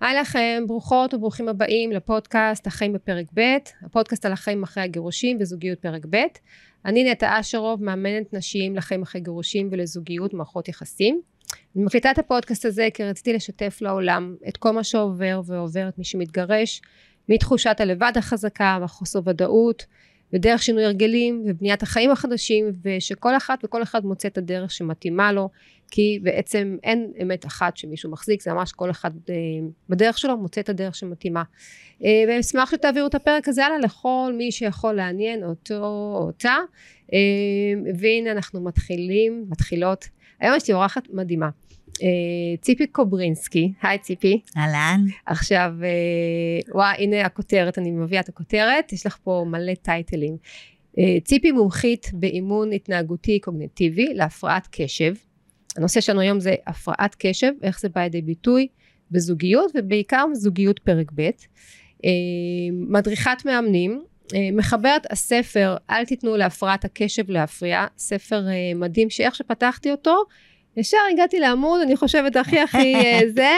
היי לכם, ברוכות וברוכים הבאים לפודקאסט החיים בפרק ב', הפודקאסט על החיים אחרי הגירושים וזוגיות פרק ב'. אני נטע אשרוב, מאמנת נשים לחיים אחרי גירושים ולזוגיות מערכות יחסים. אני מקליטה את הפודקאסט הזה כי רציתי לשתף לעולם את כל מה שעובר ועוברת מי שמתגרש, מתחושת הלבד החזקה והחוסר ודאות, ודרך שינוי הרגלים ובניית החיים החדשים, ושכל אחת וכל אחד מוצא את הדרך שמתאימה לו, כי בעצם אין אמת אחת שמישהו מחזיק, זה ממש כל אחד בדרך שלו מוצא את הדרך שמתאימה. ואשמח שתעבירו את הפרק הזה הלאה לכל מי שיכול לעניין אותו או אותה, והנה אנחנו מתחילות, היום יש לי אורחת מדהימה, ציפי קוברינסקי. היי ציפי. אהלן. עכשיו, הנה הכותרת, אני מביאה את הכותרת, יש לך פה מלא טייטלים. ציפי מומחית באימון התנהגותי קוגניטיבי להפרעת קשב. הנושא שלנו היום זה הפרעת קשב, איך זה בא לידי ביטוי בזוגיות, ובעיקר זוגיות פרק ב'. מדריכת מאמנים, מחברת הספר אל תיתנו להפרעת הקשב להפריע, ספר מדהים שאיך שפתחתי אותו, ישר הגעתי לעמוד, אני חושבת הכי זה.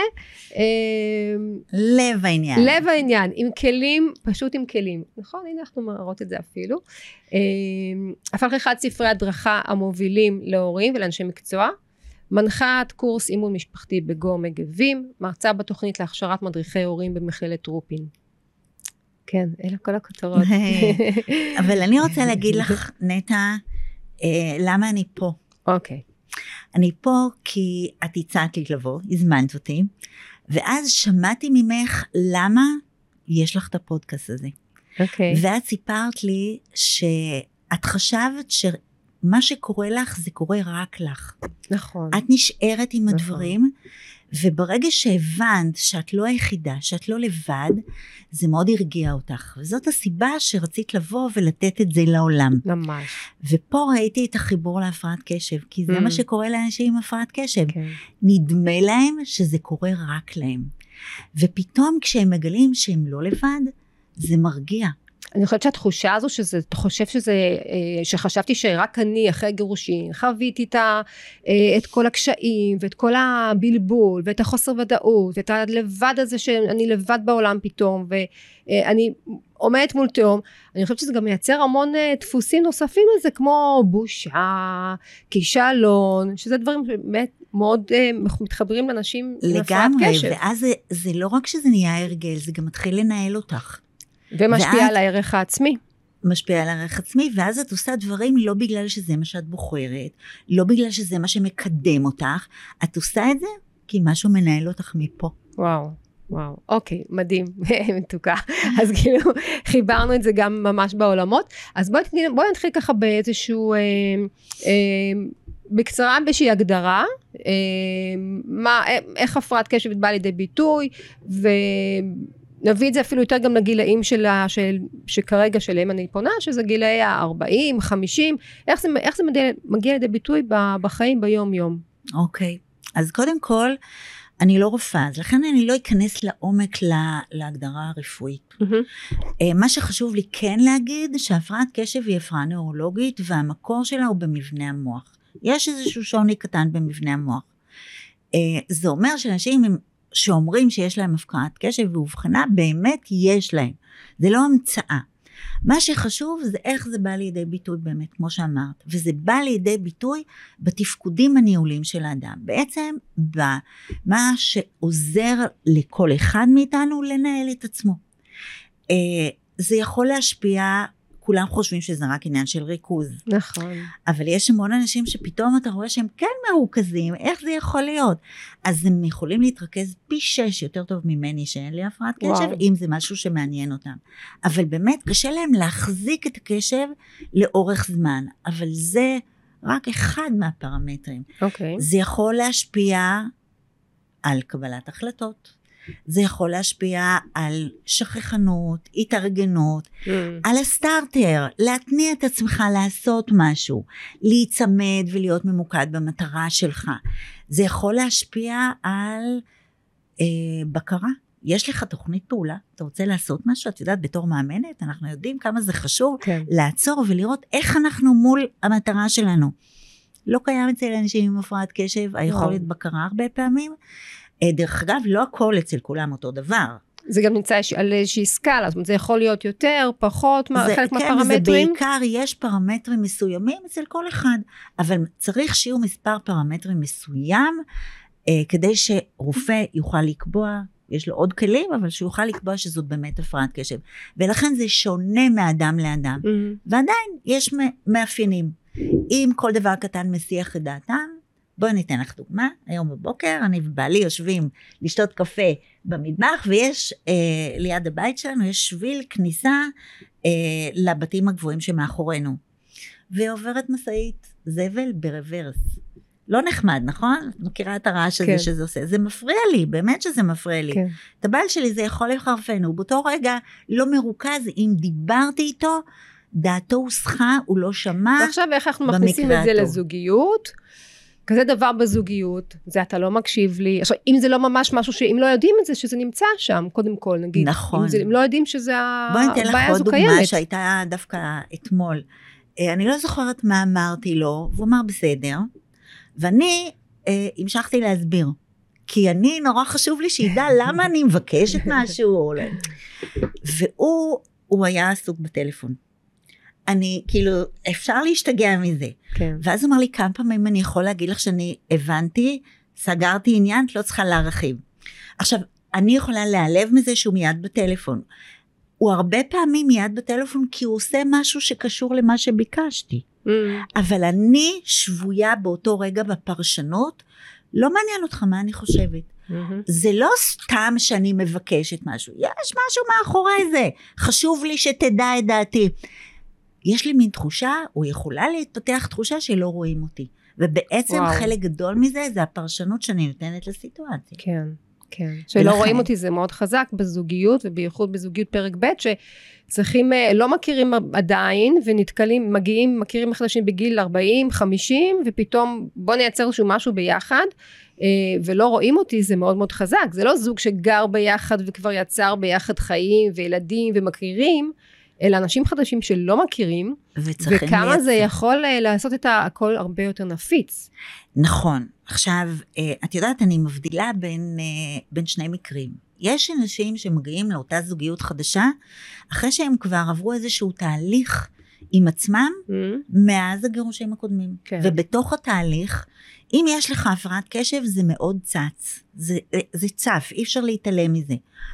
לב העניין. לב העניין, עם כלים, פשוט עם כלים. נכון, הנה אנחנו מראות את זה אפילו. הפך אחד ספרי הדרכה המובילים להורים ולאנשי מקצוע. מנחת קורס אימון משפחתי בגו מגבים. מרצה בתוכנית להכשרת מדריכי הורים במכללת רופין. כן, אלה כל הכותרות. אבל אני רוצה להגיד לך, נטע, למה אני פה? אוקיי. אני פה כי את הצעת לי לבוא, הזמנת אותי, ואז שמעתי ממך למה יש לך את הפודקאסט הזה. אוקיי. ואת סיפרת לי שאת חשבת שמה שקורה לך זה קורה רק לך. נכון. את נשארת עם נכון. הדברים, וברגע שהבנת שאת לא היחידה, שאת לא לבד, זה מאוד הרגיע אותך. וזאת הסיבה שרצית לבוא ולתת את זה לעולם. ממש. ופה ראיתי את החיבור להפרעת קשב, כי זה מה שקורה לאנשים עם הפרעת קשב. כן. נדמה להם שזה קורה רק להם. ופתאום כשהם מגלים שהם לא לבד, זה מרגיע. אני חושבת שהתחושה הזו אתה חושב שחשבתי שרק אני אחרי גירושין, חוויתי את כל הקשיים ואת כל הבלבול ואת החוסר ודאות ואת הלבד הזה שאני לבד בעולם פתאום ואני עומדת מול תהום. אני חושבת שזה גם מייצר המון דפוסים נוספים לזה כמו בושה, כישלון, שזה דברים באמת מאוד מתחברים לאנשים עם הפרעת קשב. לגמרי, ואז זה לא רק שזה נהיה הרגל, זה גם מתחיל לנהל אותך. ומשפיע על הערך העצמי. משפיע על הערך עצמי, ואז את עושה דברים לא בגלל שזה מה שאת בוחרת, לא בגלל שזה מה שמקדם אותך, את עושה את זה כי משהו מנהל אותך מפה. וואו, אוקיי, מדהים, מתוקה. אז כאילו, חיברנו את זה גם ממש בעולמות. אז בואי נתחיל ככה באיזשהו, בקצרה באיזושהי הגדרה, איך הפרעת קשב באה לידי ביטוי, נביא את זה אפילו יותר גם לגילאים שכרגע שלהם אני פונה, שזה גילאי ה-40, 50, איך זה מגיע לידי ביטוי בחיים ביום יום? אוקיי, אז קודם כל, אני לא רופאה, אז לכן אני לא אכנס לעומק להגדרה הרפואית. מה שחשוב לי כן להגיד, שהפרעת קשב היא הפרעה נוירולוגית, והמקור שלה הוא במבנה המוח. יש איזשהו שוני קטן במבנה המוח. זה אומר שאנשים שאומרים שיש להם הפרעת קשב והובחנה, באמת יש להם. זה לא המצאה. מה שחשוב זה איך זה בא לידי ביטוי באמת, כמו שאמרת. וזה בא לידי ביטוי בתפקודים הניהולים של האדם. בעצם במה שעוזר לכל אחד מאיתנו לנהל את עצמו. זה יכול להשפיע, כולם חושבים שזה רק עניין של ריכוז. נכון. אבל יש המון אנשים שפתאום אתה רואה שהם כן מרוכזים, איך זה יכול להיות? אז הם יכולים להתרכז פי 6 יותר טוב ממני שאין לי הפרעת קשב, אם זה משהו שמעניין אותם. אבל באמת קשה להם להחזיק את הקשב לאורך זמן, אבל זה רק אחד מהפרמטרים. אוקיי. זה יכול להשפיע על קבלת החלטות, זה יכול להשפיע על שכחנות, התארגנות, על הסטארטר, להתניע את עצמך לעשות משהו, להיצמד ולהיות ממוקד במטרה שלך. זה יכול להשפיע על בקרה. יש לך תוכנית פעולה, אתה רוצה לעשות משהו, את יודעת בתור מאמנת, אנחנו יודעים כמה זה חשוב לעצור ולראות איך אנחנו מול המטרה שלנו. לא קיים אצל אנשים עם הפרעת קשב, היכולת בקרה הרבה פעמים, דרך אגב, לא הכל אצל כולם אותו דבר. זה גם נמצא על איזושהי סקאלה, זאת אומרת, זה יכול להיות יותר, פחות, חלק מהפרמטרים. זה בעיקר, יש פרמטרים מסוימים אצל כל אחד, אבל צריך שיהיו מספר פרמטרים מסוים, כדי שרופא יוכל לקבוע, יש לו עוד כלים, אבל שיוכל לקבוע שזאת באמת הפרעת קשב. ולכן זה שונה מאדם לאדם. ועדיין יש מאפיינים. אם כל דבר קטן מסיח את דעתם, בואי ניתן לך דוגמה. היום בבוקר אני ובעלי יושבים לשתות קפה במטבח, ויש ליד הבית שלנו, יש שביל כניסה לבתים הגבוהים שמאחורינו. ועוברת משאית זבל ברוורס. לא נחמד, נכון? את מכירה את הרעש הזה שזה עושה. זה מפריע לי, באמת שזה מפריע לי. את הבעל שלי זה יכול לחרפן, הוא באותו רגע לא מרוכז, אם דיברתי איתו, דעתו הוסחה, הוא לא שמע. ועכשיו איך אנחנו מכניסים את זה לזוגיות? כזה דבר בזוגיות, זה אתה לא מקשיב לי. עכשיו, אם זה לא ממש משהו שאם לא יודעים את זה, שזה נמצא שם, קודם כל נגיד. נכון. אם לא יודעים שזה בואי ניתן לך עוד דוגמה שהייתה דווקא אתמול. אני לא זוכרת מה אמרתי לו, והוא אמר בסדר, ואני המשכתי להסביר, כי אני נורא חשוב לי שידע למה אני מבקשת משהו, והוא היה עסוק בטלפון. אני, כאילו, אפשר להשתגע מזה. כן. ואז הוא אמר לי, כמה פעמים אני יכול להגיד לך שאני הבנתי, סגרתי עניין, את לא צריכה להרחיב. עכשיו, אני יכולה להיעלב מזה שהוא מיד בטלפון. הוא הרבה פעמים מיד בטלפון, כי הוא עושה משהו שקשור למה שביקשתי. אבל אני שבויה באותו רגע בפרשנות, לא מעניין אותך מה אני חושבת. זה לא סתם שאני מבקשת משהו, יש משהו מאחורי זה, חשוב לי שתדע את דעתי. יש לי מין תחושה, או יכולה להתפתח תחושה שלא רואים אותי. ובעצם חלק גדול מזה, זה הפרשנות שאני נותנת לסיטואציה. כן, כן. שלא רואים אותי זה מאוד חזק בזוגיות, ובייחוד בזוגיות פרק ב' שצריכים, לא מכירים עדיין, ונתקלים, מגיעים, מכירים מחדשים בגיל 40, 50, ופתאום בוא נייצר משהו ביחד, ולא רואים אותי, זה מאוד מאוד חזק. זה לא זוג שגר ביחד, וכבר יצר ביחד חיים, וילדים, ומכירים, אלא אנשים חדשים שלא מכירים, וכמה זה יכול לעשות את הכל הרבה יותר נפיץ. נכון. עכשיו, את יודעת, אני מבדילה בין שני מקרים. יש אנשים שמגיעים לאותה זוגיות חדשה, אחרי שהם כבר עברו איזשהו תהליך עם עצמם, מאז הגירושים הקודמים. כן. ובתוך התהליך, אם יש לך הפרעת קשב, זה מאוד צץ. זה צף, אי אפשר להתעלם מזה.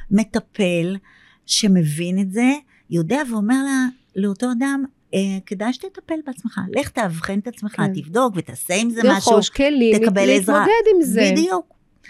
מטפל שמבין את זה, יודע ואומר לאותו אדם, כדאי שתטפל בעצמך, לך תאבחן את עצמך, כן. תבדוק ותעשה עם זה משהו, תקבל עזרה. להתמודד עם זה. בדיוק.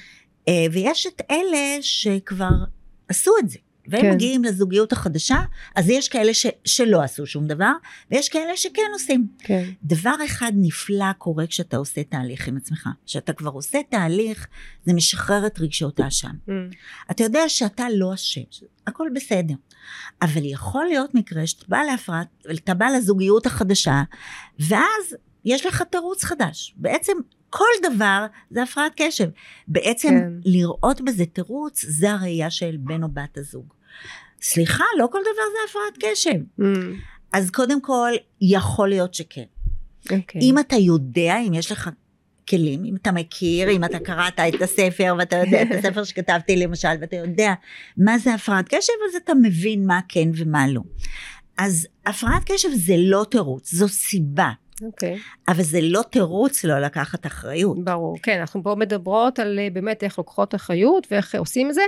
ויש את אלה שכבר עשו את זה, והם כן. מגיעים לזוגיות החדשה, אז יש כאלה שלא עשו שום דבר, ויש כאלה שכן עושים. כן. דבר אחד נפלא קורה כשאתה עושה תהליך עם עצמך, כשאתה כבר עושה תהליך, זה משחרר את רגשות האשם. אתה יודע שאתה לא אשם, הכל בסדר. אבל יכול להיות מקרה שאתה בא להפרעת, אתה בא לזוגיות החדשה, ואז יש לך תירוץ חדש. בעצם כל דבר זה הפרעת קשב. בעצם כן. לראות בזה תירוץ, זה הראייה של בן או בת הזוג. סליחה, לא כל דבר זה הפרעת קשב. אז קודם כל, יכול להיות שכן. Okay. אם אתה יודע, אם יש לך כלים, אם אתה מכיר, אם אתה קראת את הספר, ואתה יודע את הספר שכתבתי למשל, ואתה יודע מה זה הפרעת קשב, אז אתה מבין מה כן ומה לא. אז הפרעת קשב זה לא תירוץ, זו סיבה. אוקיי. אבל זה לא תירוץ לא לקחת אחריות. ברור, כן, אנחנו פה מדברות על באמת איך לוקחות אחריות, ואיך עושים את זה.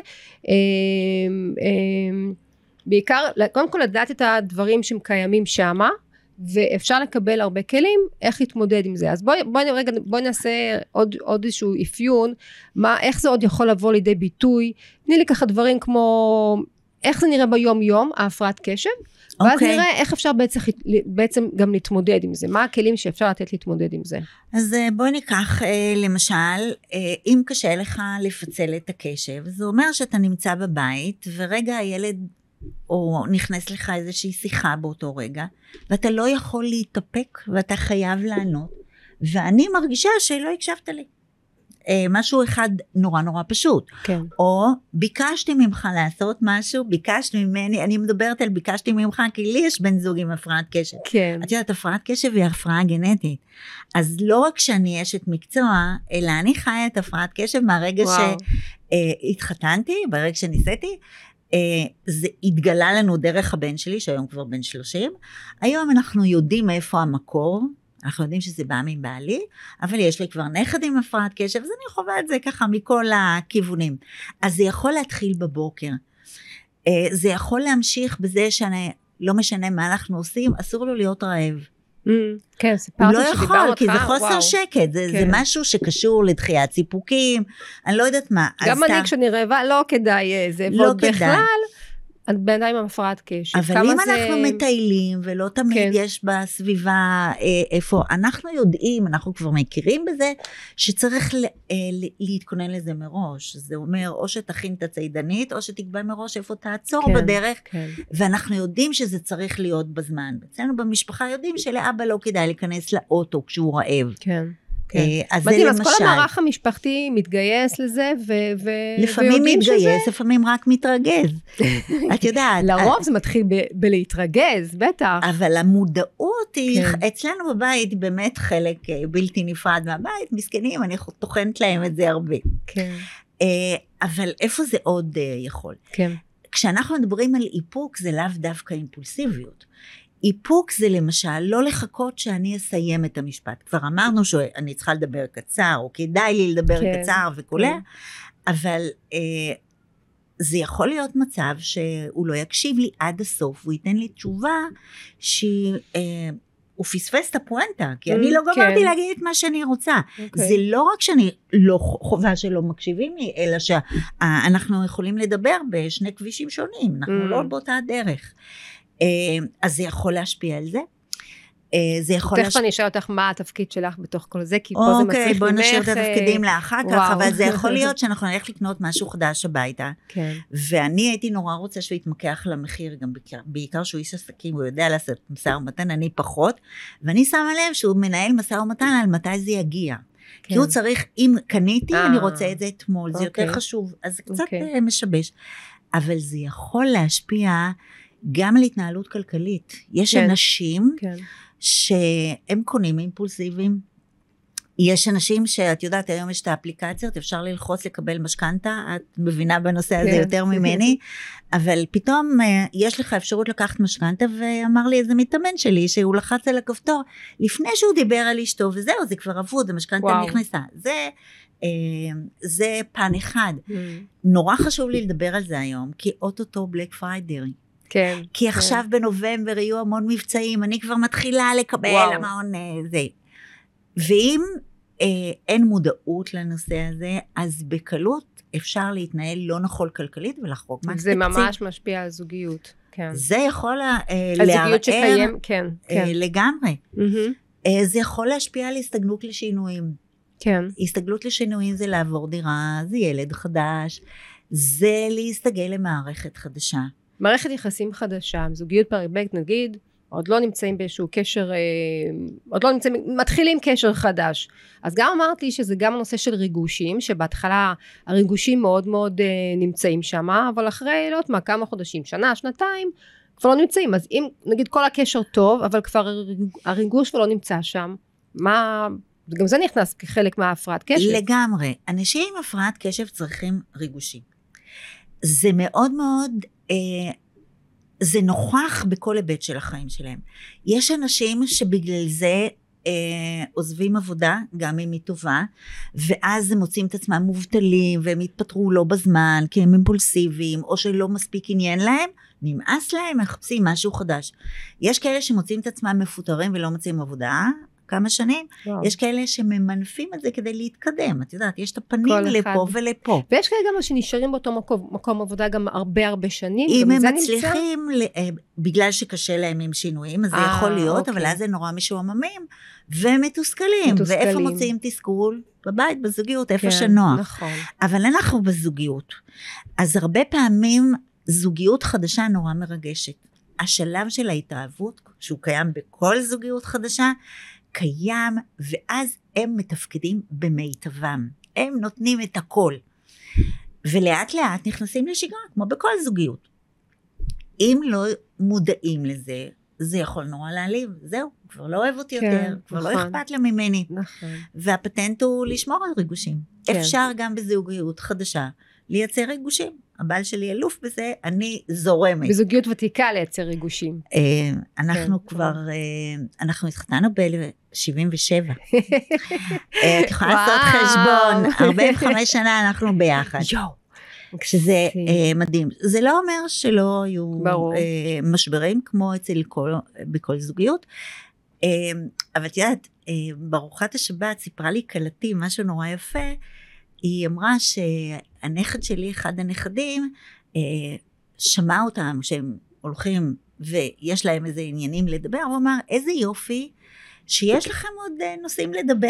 בעיקר, קודם כל לדעת את הדברים שהם קיימים שמה, ואפשר לקבל הרבה כלים, איך להתמודד עם זה. אז בואי נעשה עוד איזשהו אפיון, איך זה עוד יכול לבוא לידי ביטוי. תני לי ככה דברים כמו, איך זה נראה ביום יום, ההפרעת קשב, ואז נראה איך אפשר בעצם גם להתמודד עם זה. מה הכלים שאפשר לתת להתמודד עם זה? אז בואי ניקח למשל, אם קשה לך לפצל את הקשב, זה אומר שאתה נמצא בבית, ורגע הילד או נכנס לך איזושהי שיחה באותו רגע, ואתה לא יכול להתאפק, ואתה חייב לענות, ואני מרגישה שלא הקשבת לי. משהו אחד נורא נורא פשוט. כן. או ביקשתי ממך לעשות משהו, ביקשתי ממני, אני מדברת על ביקשתי ממך, כי לי יש בן זוג עם הפרעת קשב. כן. את יודעת, הפרעת קשב היא הפרעה גנטית. אז לא רק שאני אשת מקצוע, אלא אני חיה את הפרעת קשב מהרגע שהתחתנתי, ברגע שניסיתי, זה התגלה לנו דרך הבן שלי, שהיום כבר בן 30, היום אנחנו יודעים מאיפה המקור, אנחנו יודעים שזה בא מבעלי, אבל יש לי כבר נכד עם הפרעת קשב, אז אני חווה את זה ככה מכל הכיוונים. אז זה יכול להתחיל בבוקר, זה יכול להמשיך בזה שאני, לא משנה מה אנחנו עושים, אסור לו להיות רעב. כן, סיפרתי שדיברנו אותך. הוא לא יכול, כי זה חוסר שקט, זה משהו שקשור לדחיית סיפוקים, אני לא יודעת מה. גם אני כשאני רעבה, לא כדאי זה, ועוד בכלל, בינתיים עם הפרעת קשב. אבל אם אנחנו מטיילים, ולא תמיד יש בסביבה איפה, אנחנו יודעים, אנחנו כבר מכירים בזה, שצריך להתכונן לזה מראש. זה אומר, או שתכין את הציידנית, או שתקבע מראש איפה תעצור בדרך, ואנחנו יודעים שזה צריך להיות בזמן. אצלנו במשפחה יודעים שלאבא לא כדאי להיכנס לאוטו כשהוא רעב. כן. מדהים, אז כל המערך המשפחתי מתגייס לזה, לפעמים מתגייס, לפעמים רק מתרגז. את יודעת. לרוב זה מתחיל בלהתרגז, בטח. אבל המודעות היא, אצלנו בבית היא באמת חלק בלתי נפרד מהבית, מסכנים, אני טוחנת להם את זה הרבה. כן. אבל איפה זה עוד יכול? כן. כשאנחנו מדברים על איפוק, זה לאו דווקא אימפולסיביות. איפוק זה למשל לא לחכות שאני אסיים את המשפט. כבר אמרנו שאני צריכה לדבר קצר, או כדאי לי לדבר קצר וכולי, אבל זה יכול להיות מצב שהוא לא יקשיב לי עד הסוף, הוא ייתן לי תשובה שהוא פספס את הפואנטה, כי אני לא גמרתי להגיד את מה שאני רוצה. זה לא רק שאני לא חובה שלא מקשיבים לי, אלא שאנחנו יכולים לדבר בשני כבישים שונים, אנחנו לא באותה דרך. אז זה יכול להשפיע על זה. תכף אני אשאל אותך מה התפקיד שלך בתוך כל זה, כי פה זה מצריך ממך. אוקיי, בוא נשאיר את התפקידים לאחר כך, אבל זה יכול להיות שאנחנו נלך לקנות משהו חדש הביתה, ואני הייתי נורא רוצה שהוא יתמקח למחיר, גם בעיקר שהוא איש עסקים, הוא יודע לעשות משא ומתן, אני פחות, ואני שמה לב שהוא מנהל משא ומתן על מתי זה יגיע. כי הוא צריך, אם קניתי, אני רוצה את זה אתמול, זה יותר חשוב, אז זה קצת משבש. אבל זה יכול להשפיע גם על התנהלות כלכלית. יש אנשים שהם קונים אימפולסיביים. יש אנשים שאת יודעת, היום יש את האפליקציות, אפשר ללחוץ לקבל משכנתה, את מבינה בנושא הזה יותר ממני, אבל פתאום יש לך אפשרות לקחת משכנתה, ואמר לי איזה מתאמן שלי, שהוא לחץ על הכפתור, לפני שהוא דיבר על אשתו, וזהו, זה כבר עבוד, המשכנתה נכנסה. זה פן אחד. נורא חשוב לי לדבר על זה היום, כי אוטוטו בלק פריידי. כן. כי עכשיו בנובמבר יהיו המון מבצעים, אני כבר מתחילה לקבל המון זה. ואם אין מודעות לנושא הזה, אז בקלות אפשר להתנהל לא נכון כלכלית ולחרוג מהתקציב. זה ממש משפיע על זוגיות. כן. זה יכול הזוגיות שקיים, כן. לגמרי. זה יכול להשפיע על הסתגלות לשינויים. כן. הסתגלות לשינויים זה לעבור דירה, זה ילד חדש, זה להסתגל למערכת חדשה. מערכת יחסים חדשה, זוגיות פריבקט נגיד, עוד לא נמצאים באיזשהו קשר, עוד לא נמצאים, מתחילים קשר חדש. אז גם אמרת לי שזה גם נושא של ריגושים, שבהתחלה הריגושים מאוד מאוד נמצאים שם, אבל אחרי, לא יודעת מה, כמה חודשים, שנה, שנתיים, כבר לא נמצאים. אז אם נגיד כל הקשר טוב, אבל כבר הריגוש כבר לא נמצא שם, מה, גם זה נכנס כחלק מההפרעת קשב. לגמרי. אנשים עם הפרעת קשב צריכים ריגושים. זה מאוד מאוד, זה נוכח בכל היבט של החיים שלהם. יש אנשים שבגלל זה עוזבים עבודה, גם אם היא טובה, ואז הם מוצאים את עצמם מובטלים, והם התפטרו לא בזמן, כי הם אימפולסיביים, או שלא מספיק עניין להם, נמאס להם, מחפשים משהו חדש. יש כאלה שמוצאים את עצמם מפוטרים ולא מוצאים עבודה, כמה שנים, יש כאלה שממנפים את זה כדי להתקדם, את יודעת, יש את הפנים לפה ולפה. ויש כאלה גם שנשארים באותו מקום עבודה גם הרבה שנים, אם הם מצליחים, בגלל שקשה להם עם שינויים, אז זה יכול להיות, אבל אז זה נורא משועממים, ומתוסכלים, ואיפה מוצאים תסכול? בבית, בזוגיות, איפה שנוח. אבל אנחנו בזוגיות, אז הרבה פעמים זוגיות חדשה נורא מרגשת. השלב של ההתאהבות, שהוא קיים בכל זוגיות חדשה, קיים, ואז הם מתפקדים במיטבם. הם נותנים את הכל. ולאט לאט נכנסים לשגרה, כמו בכל זוגיות. אם לא מודעים לזה, זה יכול נורא להעליב, זהו, כבר לא אוהב אותי יותר, כבר לא אכפת לה ממני. והפטנט הוא לשמור על ריגושים. אפשר גם בזוגיות חדשה לייצר ריגושים. הבעל שלי אלוף בזה, אני זורמת. בזוגיות ותיקה לייצר ריגושים. אנחנו כבר, אנחנו התחתנו ב-77. את יכולה לעשות חשבון, 45 שנה אנחנו ביחד. שזה מדהים. זה לא אומר שלא היו משברים כמו בכל זוגיות, אבל את יודעת, בארוחת השבת סיפרה לי קלתי משהו נורא יפה, היא אמרה שהנכד שלי, אחד הנכדים, שמע אותם שהם הולכים ויש להם איזה עניינים לדבר, הוא אמר, איזה יופי שיש לכם עוד נושאים לדבר.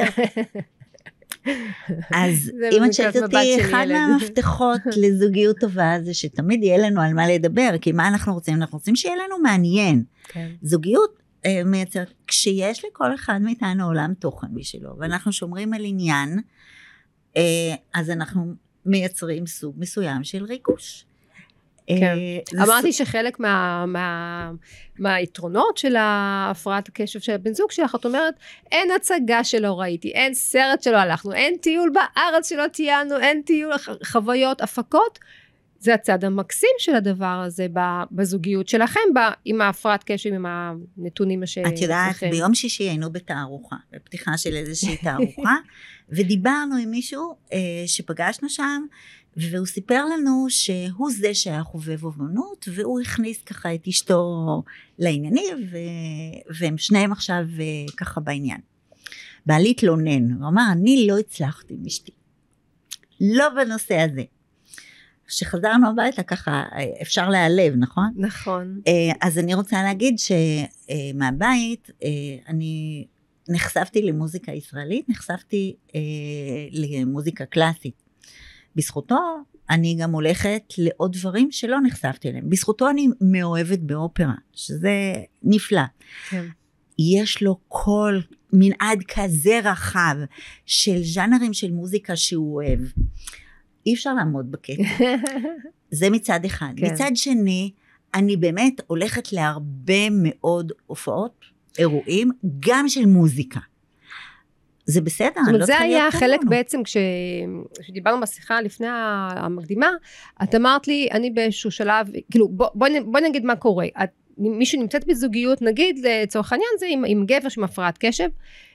אז אם את שואלת אותי, אחד מהמפתחות לזוגיות טובה זה שתמיד יהיה לנו על מה לדבר, כי מה אנחנו רוצים? אנחנו רוצים שיהיה לנו מעניין. זוגיות מייצרת, כשיש לכל אחד מאיתנו עולם תוכן בשבילו, ואנחנו שומרים על עניין, אז אנחנו מייצרים סוג מסוים של ריגוש. אמרתי שחלק מהיתרונות של ההפרעת הקשב של הבן זוג שלך, את אומרת, אין הצגה שלא ראיתי, אין סרט שלא הלכנו, אין טיול בארץ שלא תיינו, אין טיול חוויות, הפקות, זה הצד המקסים של הדבר הזה בזוגיות שלכם, עם ההפרעת קשב, עם הנתונים שלכם. את יודעת, ביום שישי היינו בתערוכה, בפתיחה של איזושהי תערוכה, ודיברנו עם מישהו שפגשנו שם, והוא סיפר לנו שהוא זה שהיה חובב אומנות, והוא הכניס ככה את אשתו לעניינים, והם שניהם עכשיו ככה בעניין. בעלי התלונן, הוא אמר, אני לא הצלחתי עם אשתי, לא בנושא הזה. כשחזרנו הביתה ככה אפשר להיעלב, נכון? נכון. אז אני רוצה להגיד שמהבית אני נחשפתי למוזיקה ישראלית, נחשפתי למוזיקה קלאסית. בזכותו אני גם הולכת לעוד דברים שלא נחשפתי אליהם. בזכותו אני מאוהבת באופרה, שזה נפלא. כן. יש לו כל מנעד כזה רחב של ז'אנרים של מוזיקה שהוא אוהב. אי אפשר לעמוד בקטע. זה מצד אחד. כן. מצד שני, אני באמת הולכת להרבה מאוד הופעות, אירועים, גם של מוזיקה. זה בסדר, אבל זה היה חלק בעצם, כשדיברנו בשיחה לפני המקדימה, את אמרת לי, אני באיזשהו שלב, כאילו, בוא נגיד מה קורה, מישהו נמצאת בזוגיות, נגיד לצורך העניין זה עם גבר שמפרעת קשב,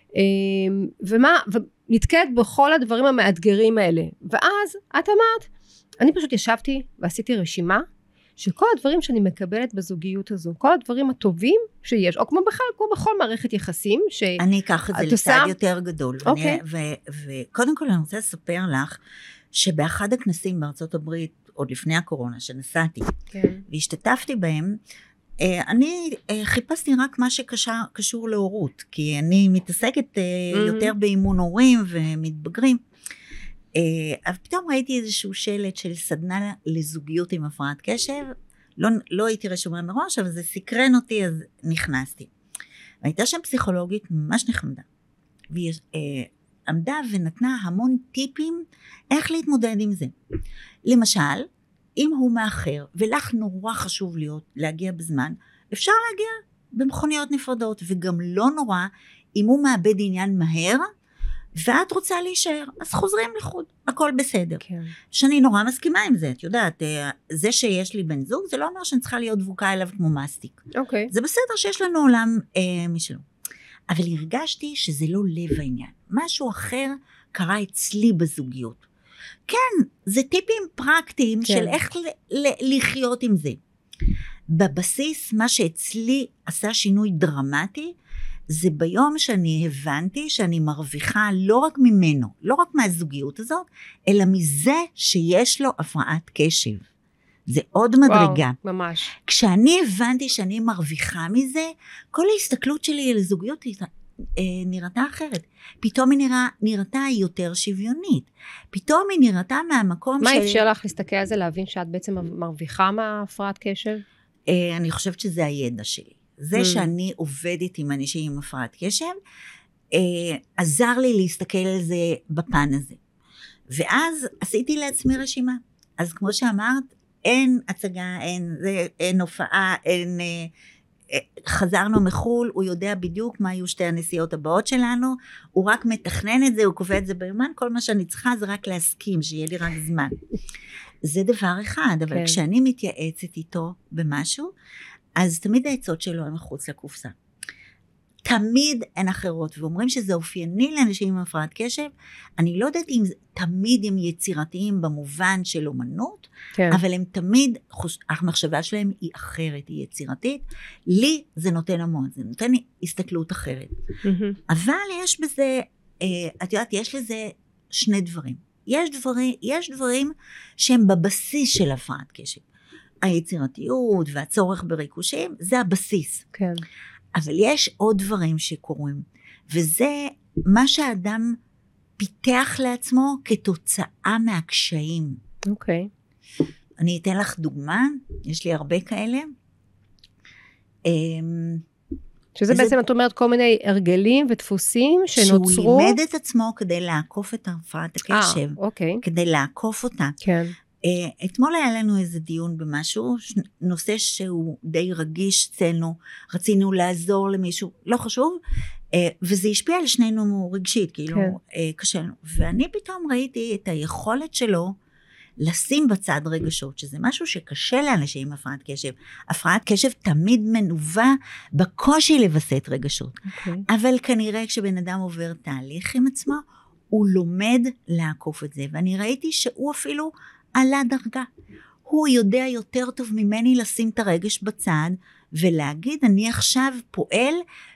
ונתקעת בכל הדברים המאתגרים האלה, ואז את אמרת, אני פשוט ישבתי ועשיתי רשימה, שכל הדברים שאני מקבלת בזוגיות הזו, כל הדברים הטובים שיש, או כמו בכלל, כמו בכל מערכת יחסים, אני אקח את זה לצד יותר גדול, וקודם כל אני רוצה לספר לך, שבאחד הכנסים בארצות הברית, עוד לפני הקורונה, שנסעתי, והשתתפתי בהם, אני חיפשתי רק מה שקשור להורות, כי אני מתעסקת יותר באימון הורים ומתבגרים, אבל פתאום ראיתי איזשהו שלט של סדנה לזוגיות עם הפרעת קשב, לא הייתי רשומה מראש, אבל זה סקרן אותי, אז נכנסתי. והייתה שם פסיכולוגית ממש נחמדה, והיא עמדה ונתנה המון טיפים איך להתמודד עם זה. למשל, אם הוא מאחר, ולך נורא חשוב להגיע בזמן, אפשר להגיע במכוניות נפרדות, וגם לא נורא אם הוא מאבד עניין מהר, ואת רוצה להישאר, אז חוזרים לחוד, הכל בסדר. כן. שאני נורא מסכימה עם זה, את יודעת, זה שיש לי בן זוג, זה לא אומר שאני צריכה להיות דבוקה אליו כמו מסטיק. אוקיי. זה בסדר שיש לנו עולם משלו. אבל הרגשתי שזה לא לב העניין. משהו אחר קרה אצלי בזוגיות. כן, זה טיפים פרקטיים כן. של איך לחיות עם זה. בבסיס, מה שאצלי עשה שינוי דרמטי, זה ביום שאני הבנתי שאני מרוויחה לא רק ממנו, לא רק מהזוגיות הזאת, אלא מזה שיש לו הפרעת קשב. זה עוד מדרגה. וואו, ממש. כשאני הבנתי שאני מרוויחה מזה, כל ההסתכלות שלי על הזוגיות נראתה אחרת. פתאום היא נראתה יותר שוויונית. פתאום היא נראתה מהמקום מה אפשר לך להסתכל על זה, להבין שאת בעצם מרוויחה מהפרעת קשב? אני חושבת שזה הידע שלי. זה שאני עובדת עם אנשים עם הפרעת קשב, עזר לי להסתכל על זה בפן הזה. ואז עשיתי לעצמי רשימה. אז כמו שאמרת, אין הצגה, אין הופעה, חזרנו מחול, הוא יודע בדיוק מה יהיו שתי הנסיעות הבאות שלנו, הוא רק מתכנן את זה, הוא קובע את זה ביומן, כל מה שאני צריכה זה רק להסכים, שיהיה לי רק זמן. זה דבר אחד, אבל כן. כשאני מתייעצת איתו במשהו, אז תמיד העצות שלו הן מחוץ לקופסה. תמיד הן אחרות, ואומרים שזה אופייני לאנשים עם הפרעת קשב, אני לא יודעת אם תמיד הם יצירתיים במובן של אומנות, כן. אבל הם תמיד, המחשבה שלהם היא אחרת, היא יצירתית, לי זה נותן המון, זה נותן הסתכלות אחרת. אבל יש בזה, את יודעת, יש לזה שני דברים. יש דברים שהם בבסיס של הפרעת קשב. היצירתיות והצורך בריכושים, זה הבסיס. כן. אבל יש עוד דברים שקורים, וזה מה שהאדם פיתח לעצמו כתוצאה מהקשיים. אוקיי. אני אתן לך דוגמה, יש לי הרבה כאלה. שזה בעצם, את אומרת, כל מיני הרגלים ודפוסים שנוצרו. שהוא לימד את עצמו כדי לעקוף את הפרעת הקשב. אוקיי. כדי לעקוף אותה. כן. אתמול היה לנו איזה דיון במשהו, נושא שהוא די רגיש אצלנו, רצינו לעזור למישהו, לא חשוב, וזה השפיע על שנינו רגשית, כאילו קשה לנו. ואני פתאום ראיתי את היכולת שלו לשים בצד רגשות, שזה משהו שקשה לאנשים עם הפרעת קשב. הפרעת קשב תמיד מנובה בקושי לבסט רגשות. אבל כנראה כשבן אדם עובר תהליך עם עצמו, הוא לומד לעקוף את זה. ואני ראיתי שהוא אפילו עלה דרגה. הוא יודע יותר טוב ממני לשים את הרגש בצד, ולהגיד, אני עכשיו פועל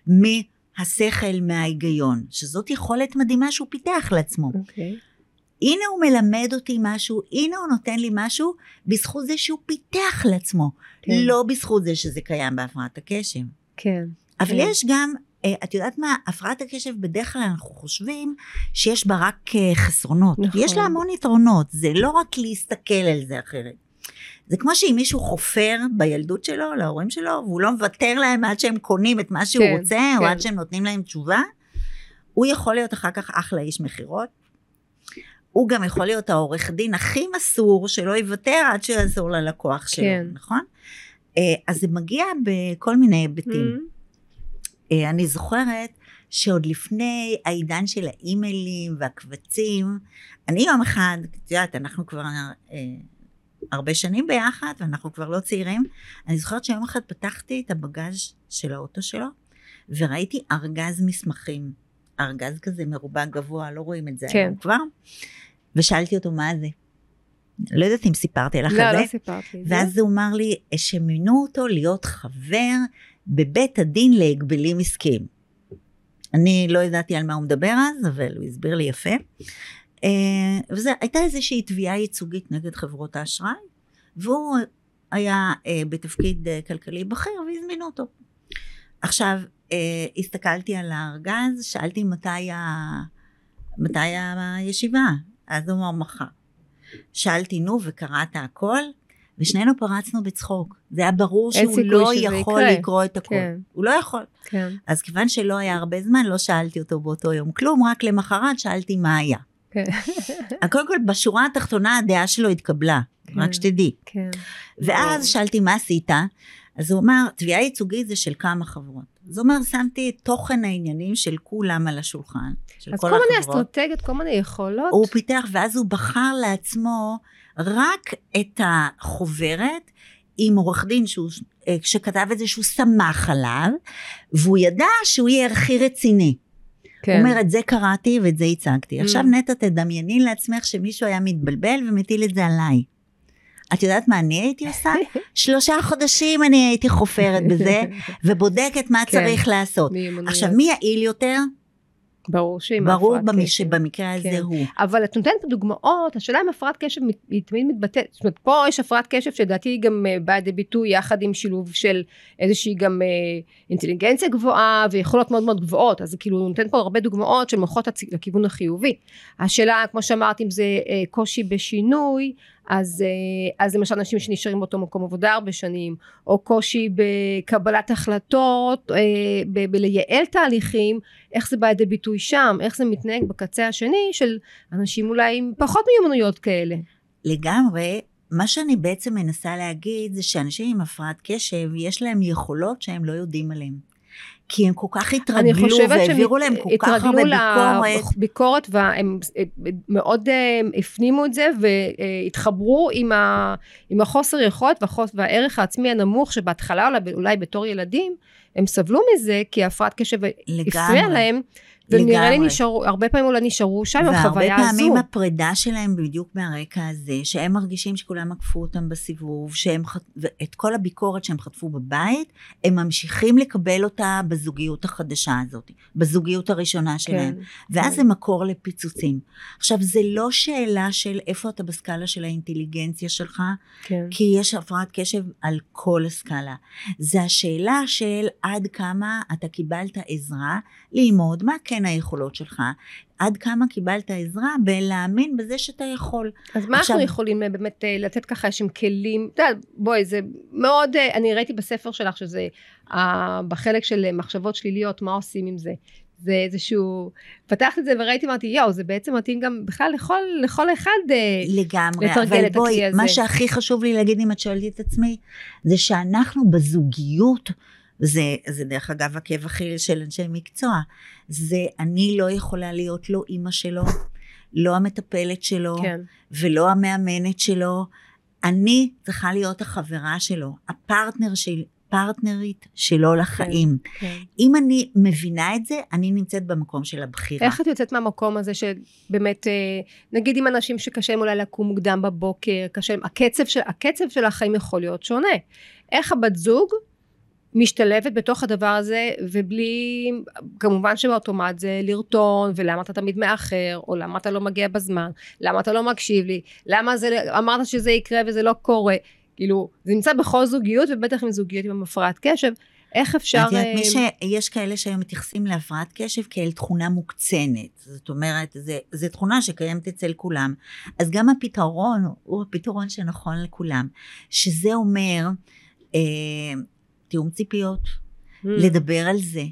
מהשכל, מההיגיון, שזאת יכולת מדהימה שהוא פיתח לעצמו. הנה הוא מלמד אותי משהו, הנה הוא נותן לי משהו, בזכות זה שהוא פיתח לעצמו, לא בזכות זה שזה קיים בהפרעת הקשב. כן. אבל יש גם, את יודעת מה, הפרעת הקשב בדרך כלל אנחנו חושבים שיש בה רק חסרונות. נכון. יש לה המון יתרונות, זה לא רק להסתכל על זה אחרת. זה כמו שאם מישהו חופר בילדות שלו, להורים שלו, והוא לא מוותר להם עד שהם קונים את מה שהוא רוצה, או עד שהם נותנים להם תשובה, הוא יכול להיות אחר כך אחלה איש מחירות. הוא גם יכול להיות העורך דין הכי מסור, שלא יוותר עד שיעזור ללקוח שלו, נכון? אז זה מגיע בכל מיני היבטים. אני זוכרת שעוד לפני העידן של האימיילים והקבצים, אני יום אחד, את יודעת, אנחנו כבר הרבה שנים ביחד, ואנחנו כבר לא צעירים, אני זוכרת שיום אחד פתחתי את הבגז' של האוטו שלו, וראיתי ארגז מסמכים, ארגז כזה מרובע גבוה, לא רואים את זה היום כבר, ושאלתי אותו מה זה. לא יודעת אם סיפרתי לך את זה. לא סיפרתי. ואז הוא אמר לי, שמינו אותו להיות חבר בבית הדין להגבלים עסקיים. אני לא ידעתי על מה הוא מדבר אז, אבל הוא הסביר לי יפה. וזה, הייתה איזושהי תביעה ייצוגית נגד חברות האשראי, והוא היה בתפקיד כלכלי בכיר, והזמינו אותו. עכשיו, הסתכלתי על הארגז, שאלתי מתי הישיבה, אז הוא אמר מחר. שאלתי נו וקראת הכל, ושנינו פרצנו בצחוק. זה היה ברור שהוא לא יכול לקרוא את הכל. כן. הוא לא יכול. כן. אז כיוון שלא היה הרבה זמן, לא שאלתי אותו באותו יום כלום, רק למחרת שאלתי מה היה. כן. קודם כל, בשורה התחתונה הדעה שלו התקבלה, כן. רק שתדעי. כן. ואז שאלתי מה עשית, אז הוא אמר, תביעה ייצוגית זה של כמה חברות. זאת אומרת, שמתי את תוכן העניינים של כולם על השולחן, של אז כל כל מיני אסטרטגיות, כל מיני יכולות. הוא פיתח, ואז הוא בחר לעצמו רק את החוברת, עם עורך דין שכתב את זה שהוא שמח עליו, והוא ידע שהוא יהיה הכי רציני. כן. הוא אומר, את זה קראתי ואת זה הצגתי. עכשיו נטע תדמייני לעצמך שמישהו היה מתבלבל ומטיל את זה עליי. את יודעת מה אני הייתי עושה? 3 חודשים אני הייתי חופרת בזה, ובודקת מה צריך לעשות. עכשיו, מי יעיל יותר? ברור ברור שבמקרה הזה הוא. אבל את נותנת דוגמאות, השאלה אם הפרעת קשב היא תמיד מתבטאת, זאת אומרת, פה יש הפרעת קשב שדעתי היא גם באה לידי ביטוי יחד עם שילוב של איזושהי גם אינטליגנציה גבוהה ויכולות מאוד מאוד גבוהות, אז כאילו נותנת פה הרבה דוגמאות של מוחות לכיוון החיובי. השאלה, כמו שאמרת, אם זה קושי בשינוי, אז למשל אנשים שנשארים באותו מקום עבודה הרבה שנים, או קושי בקבלת החלטות, בלייעל תהליכים, איך זה בא לידי ביטוי שם, איך זה מתנהג בקצה השני של אנשים אולי עם פחות מיומנויות כאלה. לגמרי, מה שאני בעצם מנסה להגיד זה שאנשים עם הפרעת קשב, יש להם יכולות שהם לא יודעים עליהם. כי הם כל כך התרגלו והעבירו להם כל כך הרבה ביקורת, והם מאוד הפנימו את זה, והתחברו עם החוסר יכולת והערך העצמי הנמוך, שבהתחלה אולי בתור ילדים, הם סבלו מזה, כי הפרעת קשב הפריע להם, ונראה לי הרבה פעמים אולי נשארו שם עם החוויה הזו. והרבה פעמים הפרידה שלהם בדיוק מהרקע הזה, שהם מרגישים שכולם עקפו אותם בסיבוב, את כל הביקורת שהם חטפו בבית, הם ממשיכים לקבל אותה בזוגיות החדשה הזאת, בזוגיות הראשונה שלהם, ואז זה מקור לפיצוצים. עכשיו, זה לא שאלה של איפה אתה בסקאלה של האינטליגנציה שלך, כי יש הפרעת קשב על כל הסקאלה. זה השאלה של עד כמה אתה קיבלת עזרה ללמוד מה כן היכולות שלך, עד כמה קיבלת עזרה בלהאמין בזה שאתה יכול. אז מה אנחנו יכולים באמת לתת ככה שהם כלים, בואי, זה מאוד, אני ראיתי בספר שלך שזה, בחלק של מחשבות שליליות, מה עושים עם זה? זה איזשהו, פתחת את זה וראיתי, אמרתי, יאו, זה בעצם מתאים גם בכלל לכל אחד לגמרי, לתרגל את הכלי הזה. מה שהכי חשוב לי להגיד, אם את שואלת את עצמי, זה שאנחנו בזוגיות, זה דרך אגב עקב אכיל של אנשי מקצוע, זה אני לא יכולה להיות לא אימא שלו, לא המטפלת שלו, ולא המאמנת שלו, אני צריכה להיות החברה שלו, הפרטנרית שלו לחיים. אם אני מבינה את זה, אני נמצאת במקום של הבחירה. איך את יוצאת מהמקום הזה שבאמת, נגיד עם אנשים שקשה אולי לקום מוקדם בבוקר, הקצב של החיים יכול להיות שונה. איך הבת זוג משתלבת בתוך הדבר הזה, ובלי, כמובן שבאוטומט זה לרטון, ולמה אתה תמיד מאחר, או למה אתה לא מגיע בזמן, למה אתה לא מקשיב לי, למה זה, אמרת שזה יקרה וזה לא קורה, כאילו, זה נמצא בכל זוגיות, ובטח עם זוגיות עם הפרעת קשב, איך אפשר... יש כאלה שהיום מתייחסים להפרעת קשב כאל תכונה מוקצנת, זאת אומרת, זה תכונה שקיימת אצל כולם, אז גם הפתרון הוא הפתרון שנכון לכולם, שזה אומר, תיאום ציפיות, לדבר על זה,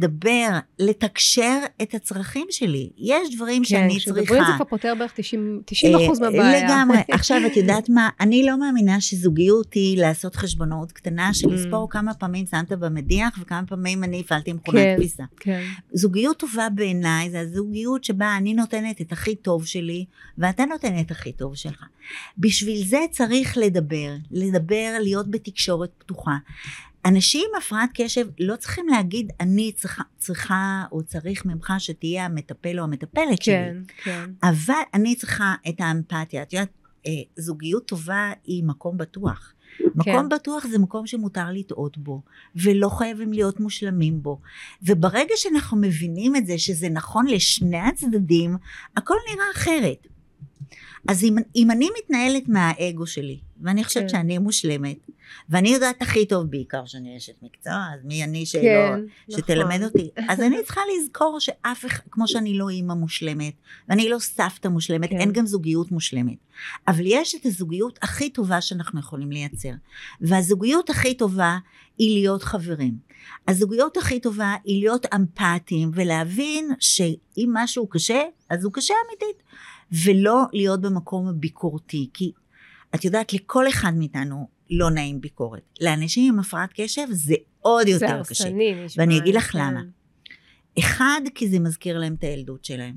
לתקשר את הצרכים שלי. יש דברים שאני צריכה. כשדברים זה כבר פותר בערך 90% מהבעיה. לגמרי. עכשיו את יודעת מה, אני לא מאמינה שזוגיות היא לעשות חשבונות קטנה, של לספור כמה פעמים שמת במדיח, וכמה פעמים אני הפעלתי מכונת כביסה. זוגיות טובה בעיניי, זה הזוגיות שבה אני נותנת את הכי טוב שלי, ואתה נותן את הכי טוב שלך. בשביל זה צריך לדבר, להיות בתקשורת פתוחה. אנשים עם הפרעת קשב לא צריכים להגיד, אני צריכה או צריך ממך שתהיה המטפל או המטפלת שלי. כן. אבל אני צריכה את האמפתיה. את יודעת, זוגיות טובה היא מקום בטוח. מקום בטוח זה מקום שמותר לטעות בו, ולא חייבים להיות מושלמים בו. וברגע שאנחנו מבינים את זה, שזה נכון לשני הצדדים, הכל נראה אחרת. אז אם אני מתנהלת מהאגו שלי, ואני חושבת שאני מושלמת, ואני יודעת הכי טוב בעיקר שאני אשת מקצוע, אז מי אני שתלמד אותי, אז אני צריכה לזכור כמו שאני לא אימא מושלמת, ואני לא סבתא מושלמת, אין גם זוגיות מושלמת, אבל יש את הזוגיות הכי טובה שאנחנו יכולים לייצר, והזוגיות הכי טובה היא להיות חברים, הזוגיות הכי טובה היא להיות אמפתיים, ולהבין שאם משהו קשה, אז הוא קשה אמיתית, ולא להיות במקום הביקורתי, כי את יודעת, לכל אחד מאיתנו לא נעים ביקורת. לאנשים עם הפרעת קשב זה עוד יותר קשה. ואני אגיד לך למה. אחד, כי זה מזכיר להם את הילדות שלהם.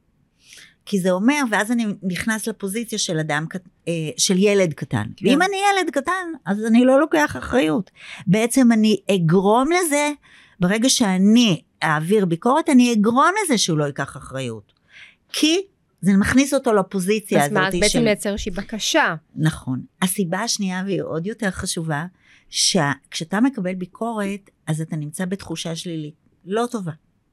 כי זה אומר, ואז אני נכנס לפוזיציה של ילד קטן. ואם אני ילד קטן, אז אני לא לוקח אחריות. בעצם אני אגרום לזה, ברגע שאני אעביר ביקורת, אני אגרום לזה שהוא לא ייקח אחריות. כי זה מכניס אותו לפוזיציה הזאת. אז בעצם לייצר איזושהי בקשה. נכון. הסיבה השנייה והיא עוד יותר חשובה, שכשאתה מקבל ביקורת, אז אתה נמצא בתחושה שלילית, לא טובה.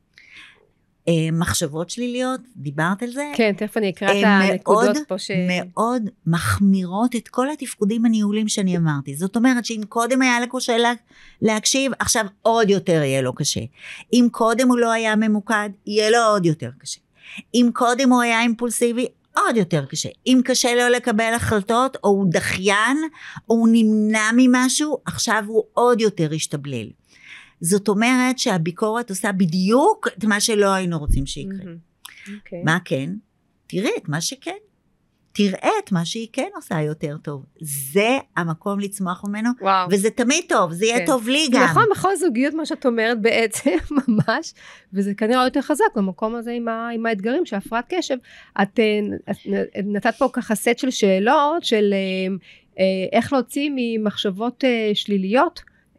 מחשבות שליליות, דיברת על זה? כן, תכף אני אקרא את הנקודות פה מאוד מחמירות את כל התפקודים הניהולים שאני אמרתי. זאת אומרת שאם קודם היה לו קשה להקשיב, עכשיו עוד יותר יהיה לו קשה. אם קודם הוא לא היה ממוקד, יהיה לו עוד יותר קשה. אם קודם הוא היה אימפולסיבי, עוד יותר קשה. אם קשה לו לקבל החלטות, או הוא דחיין, או הוא נמנע ממשהו, עכשיו הוא עוד יותר ישתבלל. זאת אומרת שהביקורת עושה בדיוק את מה שלא היינו רוצים שיקרה. מה כן? תראה את מה שכן. תראה את מה שהיא כן עושה יותר טוב. זה המקום לצמוח ממנו, וזה תמיד טוב, זה יהיה טוב לי גם. נכון, בכל זוגיות מה שאת אומרת בעצם, ממש, וזה כנראה יותר חזק במקום הזה עם האתגרים של הפרעת קשב. את נתת פה ככה סט של שאלות, של איך להוציא ממחשבות שליליות.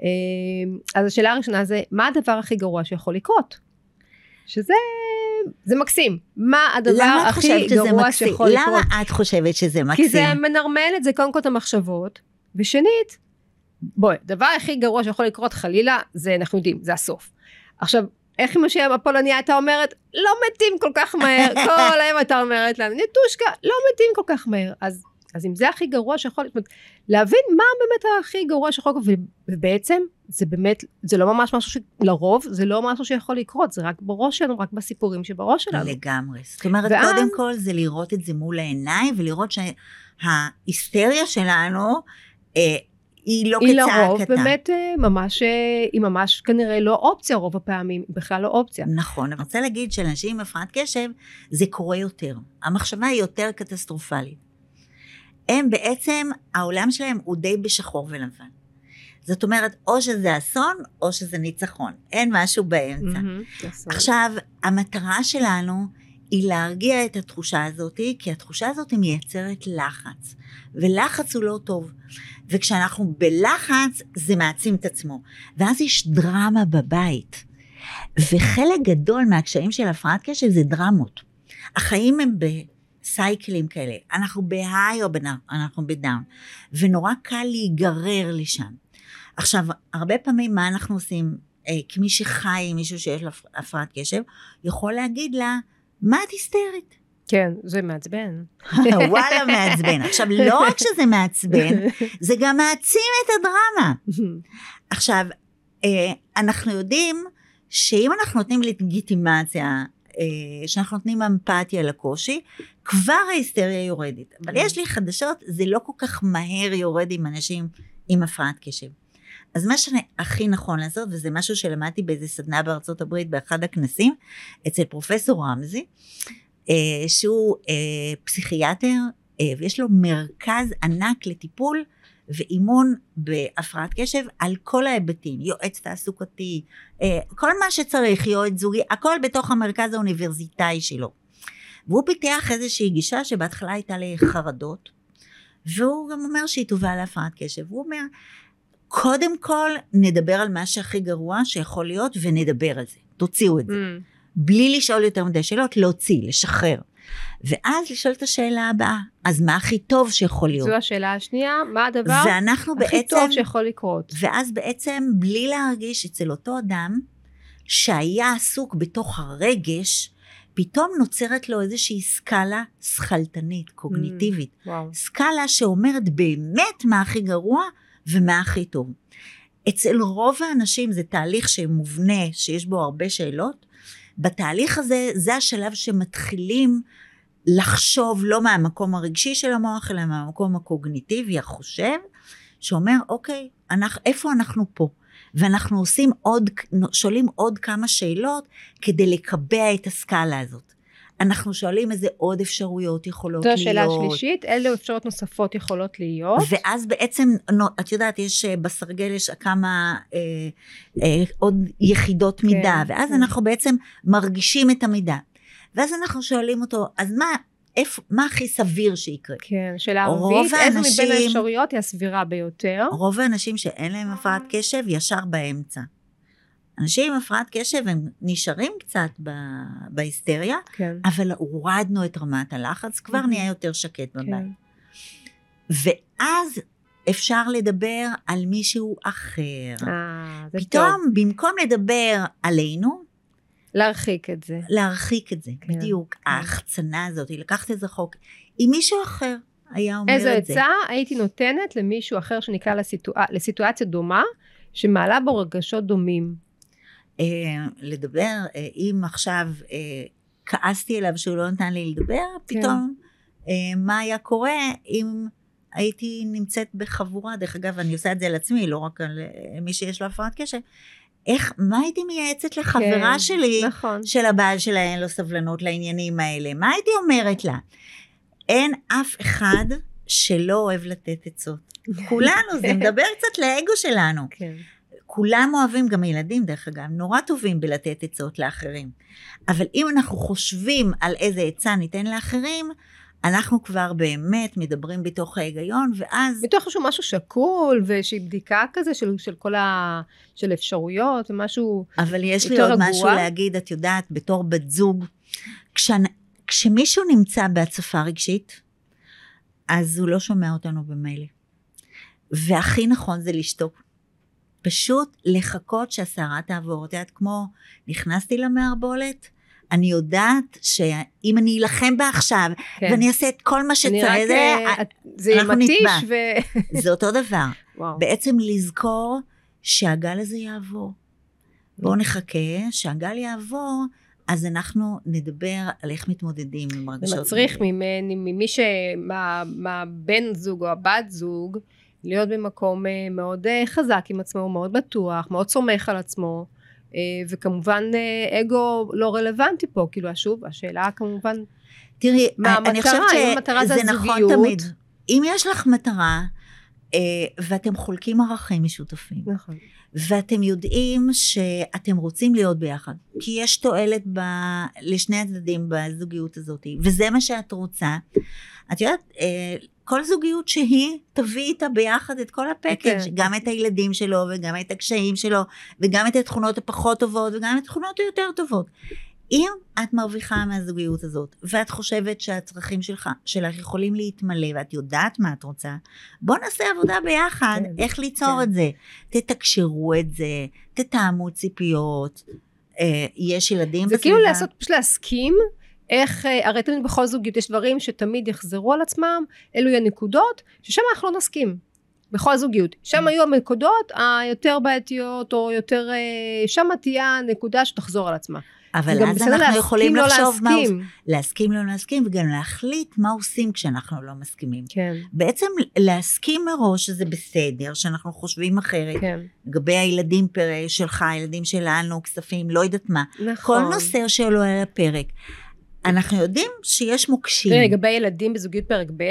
אז השאלה הראשונה זה, מה הדבר הכי גרוע שיכול לקרות? שזה מקסים. מה הדבר הכי גרוע שיכול לקרות? למה את חושבת שזה מקסים? כי זה מנרמל את זה קודם כל את המחשבות, ושנית, בואי, הדבר הכי גרוע שיכול לקרות חלילה, זה אנחנו יודעים, זה הסוף. עכשיו, איך אמא שלי הפולניה הייתה אומרת, לא מתים כל כך מהר, כל היום הייתה אומרת לנו, נטושקה, לא מתים כל כך מהר, אז אם זה הכי גרוע שיכול, להבין מה באמת הכי גרוע שיכול לקרות, ובעצם זה באמת, זה לא ממש משהו שלרוב, זה לא משהו שיכול לקרות, זה רק בראש שלנו, רק בסיפורים שבראש שלנו. לגמרי. זאת אומרת, קודם כל זה לראות את זה מול העיניים, ולראות שההיסטריה שלנו, היא לא כצעקתה. היא לרוב באמת ממש, היא ממש כנראה לא אופציה, רוב הפעמים, בכלל לא אופציה. נכון, אני רוצה להגיד שלאנשים עם הפרעת קשב, זה קורה יותר. המחשבה היא יותר קטסטרופלית. הם בעצם, העולם שלהם הוא די בשחור ולבן. זאת אומרת, או שזה אסון, או שזה ניצחון. אין משהו באמצע. עכשיו, המטרה שלנו היא להרגיע את התחושה הזאת, כי התחושה הזאת מייצרת לחץ. ולחץ הוא לא טוב. וכשאנחנו בלחץ, זה מעצים את עצמו. ואז יש דרמה בבית. וחלק גדול מהקשיים של הפרעת קשב זה דרמות. החיים הם סייקלים כאלה, אנחנו בהיי או אנחנו בדאון, ונורא קל להיגרר לשם. עכשיו, הרבה פעמים מה אנחנו עושים, כמי שחי עם מישהו שיש לה הפרעת קשב, יכול להגיד לה, מה את היסטרית? כן, זה מעצבן. וואלה מעצבן. עכשיו, לא רק שזה מעצבן, זה גם מעצים את הדרמה. עכשיו, אנחנו יודעים שאם אנחנו נותנים לגיטימציה, שאנחנו נותנים אמפתיה לקושי, כבר ההיסטריה יורדת. אבל יש לי חדשות, זה לא כל כך מהר יורד עם אנשים עם הפרעת קשב. אז מה שהכי נכון לעשות, וזה משהו שלמדתי באיזה סדנה בארצות הברית, באחד הכנסים, אצל פרופסור רמזי, שהוא פסיכיאטר, ויש לו מרכז ענק לטיפול, ואימון בהפרעת קשב על כל ההיבטים, יועץ תעסוקתי, כל מה שצריך, יועץ זוגי, הכל בתוך המרכז האוניברסיטאי שלו. והוא פיתח איזושהי גישה שבהתחלה הייתה לי חרדות, והוא גם אומר שהיא טובה להפרעת קשב. הוא אומר, קודם כל נדבר על מה שהכי גרוע שיכול להיות, ונדבר על זה, תוציאו את זה. בלי לשאול יותר מדי שאלות, להוציא, לשחרר. ואז לשאול את השאלה הבאה, אז מה הכי טוב שיכול להיות? זו השאלה השנייה, מה הדבר הכי טוב שיכול לקרות? ואז בעצם בלי להרגיש אצל אותו אדם, שהיה עסוק בתוך הרגש, פתאום נוצרת לו איזושהי סקאלה שכלתנית, קוגניטיבית. סקאלה שאומרת באמת מה הכי גרוע ומה הכי טוב. אצל רוב האנשים זה תהליך שמובנה, שיש בו הרבה שאלות, בתהליך הזה, זה השלב שמתחילים לחשוב לא מהמקום הרגשי של המוח, אלא מהמקום הקוגניטיבי, החושב, שאומר, אוקיי, איפה אנחנו פה? ואנחנו שואלים עוד כמה שאלות, כדי לקבע את הסקאלה הזאת. אנחנו שואלים איזה עוד אפשרויות יכולות להיות. זו השאלה השלישית, אילו אפשרויות נוספות יכולות להיות. ואז בעצם, את יודעת, יש בסרגל, יש כמה עוד יחידות מידה, ואז אנחנו בעצם מרגישים את המידה. ואז אנחנו שואלים אותו, אז מה הכי סביר שיקרה? כן, שאלה ערבית, איזו מבין האפשרויות היא הסבירה ביותר? רוב האנשים שאין להם הפרעת קשב, ישר באמצע. אנשים עם הפרעת קשב הם נשארים קצת בהיסטריה, כן. אבל הורדנו את רמת הלחץ, כבר נהיה יותר שקט בבית. כן. ואז אפשר לדבר על מישהו אחר. פתאום, במקום לדבר עלינו, להרחיק את זה. להרחיק את זה, כן. בדיוק. כן. ההחצנה הזאת, היא לקחת איזה חוק, עם מישהו אחר היה אומר את זה. איזו עצה הייתי נותנת למישהו אחר שנקרא לסיטואציה דומה, שמעלה בו רגשות דומים. לדבר, אם עכשיו כעסתי אליו שהוא לא נתן לי לדבר, פתאום מה היה קורה אם הייתי נמצאת בחבורה, דרך אגב, אני עושה את זה על עצמי, לא רק על מי שיש לו הפרעת קשב, מה הייתי מייעצת לחברה שלי, של הבעל שלה אין לו סבלנות לעניינים האלה, מה הייתי אומרת לה? אין אף אחד שלא אוהב לתת עצות. כולנו, זה מדבר קצת לאגו שלנו. כולם אוהבים, גם ילדים דרך אגב, נורא טובים בלתת עצות לאחרים. אבל אם אנחנו חושבים על איזה עצה ניתן לאחרים, אנחנו כבר באמת מדברים בתוך ההיגיון, ואז... בתוך איזשהו משהו שקול, ושהיא בדיקה כזה של כל של אפשרויות, ומשהו יותר רגוע. אבל יש לי עוד משהו להגיד, את יודעת, בתור בת זוג, כשמישהו נמצא בהצפה רגשית, אז הוא לא שומע אותנו במילא. והכי נכון זה לשתוק. פשוט לחכות שהסערה תעבור. את יודעת, כמו נכנסתי למערבולת, אני יודעת שאם אני אלחם בה עכשיו, ואני אעשה את כל מה שצריך, אנחנו נטבע. זה אותו דבר. בעצם לזכור שהגל הזה יעבור. בואו נחכה שהגל יעבור, אז אנחנו נדבר על איך מתמודדים עם הרגשות. זה מצריך ממי מהבן זוג או הבת זוג, להיות במקום מאוד חזק עם עצמו, מאוד בטוח, מאוד סומך על עצמו, וכמובן אגו לא רלוונטי פה, כאילו שוב, השאלה כמובן, תראי, אני חושבת שזה נכון תמיד, אם יש לך מטרה, ואתם חולקים ערכים משותפים, נכון. ואתם יודעים שאתם רוצים להיות ביחד, כי יש תועלת לשני הצדדים בזוגיות הזאת, וזה מה שאת רוצה, את יודעת, כל זוגיות שהיא תביא איתה ביחד את כל הפקאג', גם את הילדים שלו, וגם את הקשיים שלו, וגם את התכונות הפחות טובות, וגם את התכונות היותר טובות. אם את מרוויחה מהזוגיות הזאת, ואת חושבת שהצרכים שלך יכולים להתמלא, ואת יודעת מה את רוצה, בוא נעשה עבודה ביחד, איך ליצור את זה. תתקשרו את זה, תתאמו ציפיות, יש ילדים בסביבה. זה כאילו לעשות, פשוט להסכים, איך, הרי תמיד בכל זוגיות יש דברים שתמיד יחזרו על עצמם, אלו יהיו נקודות, ששם אנחנו לא נסכים. בכל זוגיות. שם היו הנקודות היותר בעייתיות, או יותר, שם תהיה הנקודה שתחזור על עצמה. אבל אז אנחנו יכולים לחשוב מה להסכים לא להסכים, וגם להחליט מה עושים כשאנחנו לא מסכימים. כן. בעצם להסכים מראש שזה בסדר, שאנחנו חושבים אחרת, כן. לגבי הילדים שלך, הילדים שלנו, כספים, לא יודעת מה. נכון. כל נושא שלו על הפרק. אנחנו יודעים שיש מוקשים. לגבי ילדים בזוגיות פרק ב',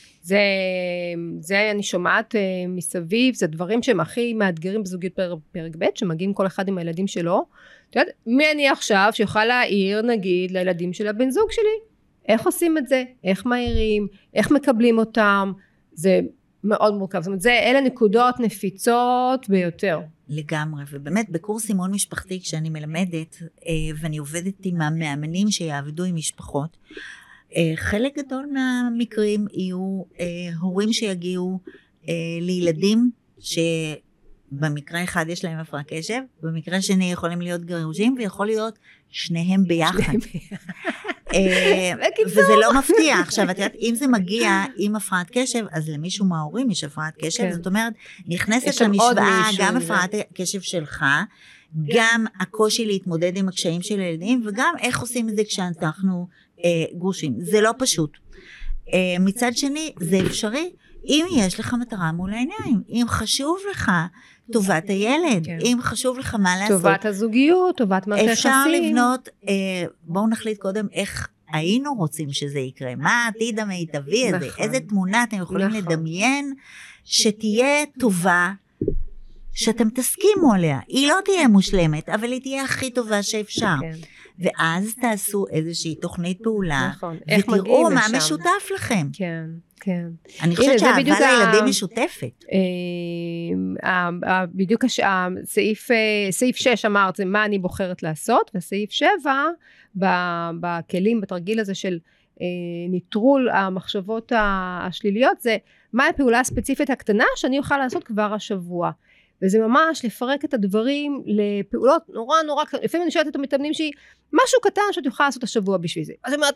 זה אני שומעת מסביב, זה דברים שהם הכי מאתגרים בזוגיות פרק ב', שמגיעים כל אחד עם הילדים שלו. את יודעת, מי אני עכשיו שיוכל להעיר, נגיד, לילדים של הבן זוג שלי? איך עושים את זה? איך מהירים? איך מקבלים אותם? זה מאוד מורכב. זאת אומרת, אלה נקודות נפיצות ביותר. לגמרי, ובאמת בקורס אימון משפחתי, כשאני מלמדת, ואני עובדת עם המאמנים שיעבדו עם משפחות, חלק גדול מהמקרים יהיו הורים שיגיעו לילדים שבמקרה אחד יש להם הפרעת קשב, במקרה שני יכולים להיות גירושים, ויכול להיות שניהם ביחד. וזה לא מפתיע. עכשיו, את יודעת, אם זה מגיע עם הפרעת קשב, אז למישהו מההורים יש הפרעת קשב, זאת אומרת, נכנסת למשוואה גם הפרעת קשב שלך, גם הקושי להתמודד עם הקשיים של הילדים, וגם איך עושים את זה כשאנחנו גרושים. זה לא פשוט. מצד שני, זה אפשרי, אם יש לך מטרה מול העיניים, אם חשוב לך טובת הילד, אם חשוב לך מה לעשות. טובת הזוגיות, טובת מערכת יחסים. אפשר לבנות, בואו נחליט קודם איך היינו רוצים שזה יקרה, מה העתיד המיטבי הזה, איזה תמונה אתם יכולים לדמיין, שתהיה טובה, שאתם תסכימו עליה, היא לא תהיה מושלמת, אבל היא תהיה הכי טובה שאפשר. ואז תעשו איזושהי תוכנית פעולה, ותראו מה משותף לכם. כן, כן. אני חושבת שאהבה לילדים משותפת. בדיוק סעיף 6 אמרת, זה מה אני בוחרת לעשות, וסעיף 7, בכלים, בתרגיל הזה של ניטרול המחשבות השליליות, זה מה הפעולה הספציפית הקטנה שאני אוכל לעשות כבר השבוע. וזה ממש לפרק את הדברים לפעולות נורא, לפעמים אני שואלת את המתאמנים שהיא, משהו קטן שאת יכולה לעשות השבוע בשביל זה. אז אמרתי,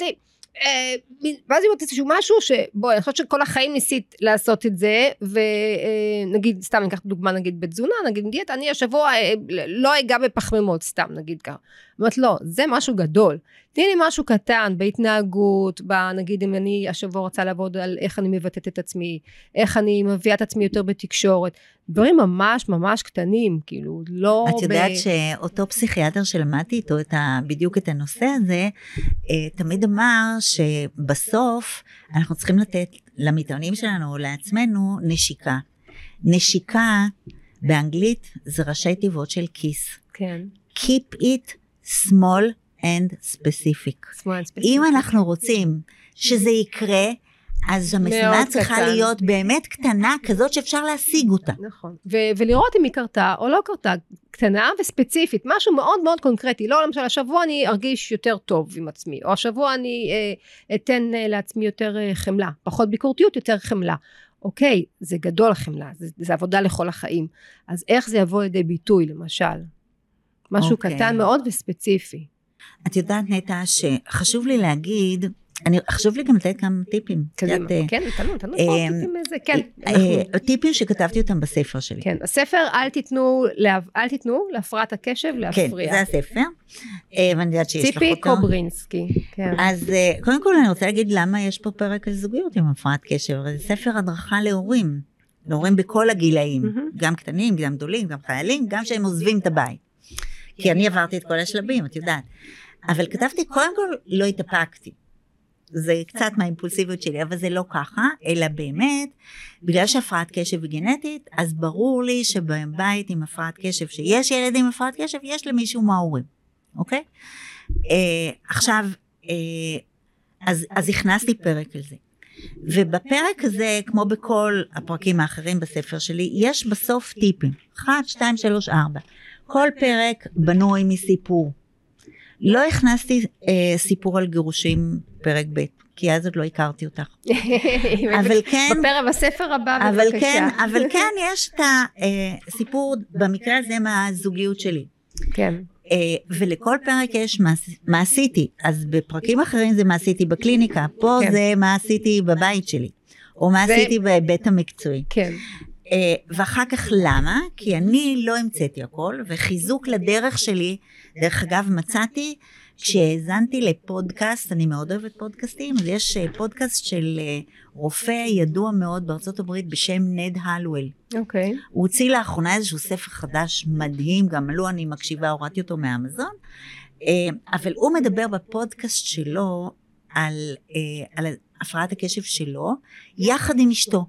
ואז היא אומרת איזשהו משהו שבוא, אני חושבת שכל החיים ניסית לעשות את זה, ונגיד, סתם ניקח דוגמה, נגיד בתזונה, נגיד דיאטה, אני השבוע לא אגע בפחמימות, סתם נגיד ככה. אומרת, לא, זה משהו גדול. תני לי משהו קטן, בהתנהגות, נגיד אם אני השבוע רוצה לעבוד על איך אני מבטאת את עצמי, איך אני מביאה את עצמי יותר בתקשורת, דברים ממש ממש קטנים, כאילו, לא... את יודעת שאותו פסיכיאטר שלמדתי איתו בדיוק את הנושא הזה, תמיד אמר שבסוף אנחנו צריכים לתת למתאמנים שלנו או לעצמנו נשיקה. נשיקה באנגלית זה ראשי תיבות של כיס. כן. Keep it small and specific. אם אנחנו רוצים שזה יקרה, אז המשימה צריכה להיות באמת קטנה, כזאת שאפשר להשיג אותה. נכון. ולראות אם היא קרתה או לא קרתה, קטנה וספציפית, משהו מאוד מאוד קונקרטי. לא, למשל, השבוע אני ארגיש יותר טוב עם עצמי, או השבוע אני אתן לעצמי יותר חמלה, פחות ביקורתיות, יותר חמלה. אוקיי, זה גדול חמלה, זה עבודה לכל החיים. אז איך זה יבוא לידי ביטוי, למשל? משהו קטן מאוד וספציפי. את יודעת נטע שחשוב לי להגיד, חשוב לי גם לתת כמה טיפים. קדימה, כן, תנו טיפים איזה, כן. טיפים שכתבתי אותם בספר שלי. כן, הספר אל תיתנו להפרעת הקשב להפריע. כן, זה הספר, ואני יודעת שיש לך אותו. ציפי קוברינסקי, כן. אז קודם כל אני רוצה להגיד למה יש פה פרק על זוגיות עם הפרעת קשב, זה ספר הדרכה להורים בכל הגילאים, גם קטנים, גם גדולים, גם חיילים, גם שהם עוזבים את הבית. כי אני עברתי את כל השלבים, את יודעת. אבל כתבתי, קודם כל לא התאפקתי. זה קצת מהאימפולסיביות שלי, אבל זה לא ככה, אלא באמת, בגלל שהפרעת קשב היא גנטית, אז ברור לי שבבית עם הפרעת קשב, שיש ילד עם הפרעת קשב, יש למישהו מההורים, אוקיי? עכשיו, אז הכנסתי פרק על זה. ובפרק הזה, כמו בכל הפרקים האחרים בספר שלי, יש בסוף טיפים, 1, 2, 3, 4. כל פרק בנוי מסיפור. לא הכנסתי סיפור על גירושים פרק ב', כי אז עוד לא הכרתי אותך. אבל כן... בספר הבא, בבקשה. אבל כן, יש את הסיפור, במקרה הזה, מהזוגיות שלי. כן. ולכל פרק יש מה עשיתי. אז בפרקים אחרים זה מה עשיתי בקליניקה, פה זה מה עשיתי בבית שלי, או מה עשיתי בהיבט המקצועי. כן. ואחר כך למה? כי אני לא המצאתי הכל, וחיזוק לדרך שלי, דרך אגב מצאתי, כשהאזנתי לפודקאסט, אני מאוד אוהבת פודקאסטים, אז יש פודקאסט של רופא ידוע מאוד בארצות הברית בשם נד הלוול. אוקיי. הוא הוציא לאחרונה איזשהו ספר חדש מדהים, גם לו אני מקשיבה, הורדתי אותו מאמזון, אבל הוא מדבר בפודקאסט שלו על הפרעת הקשב שלו, יחד עם אשתו.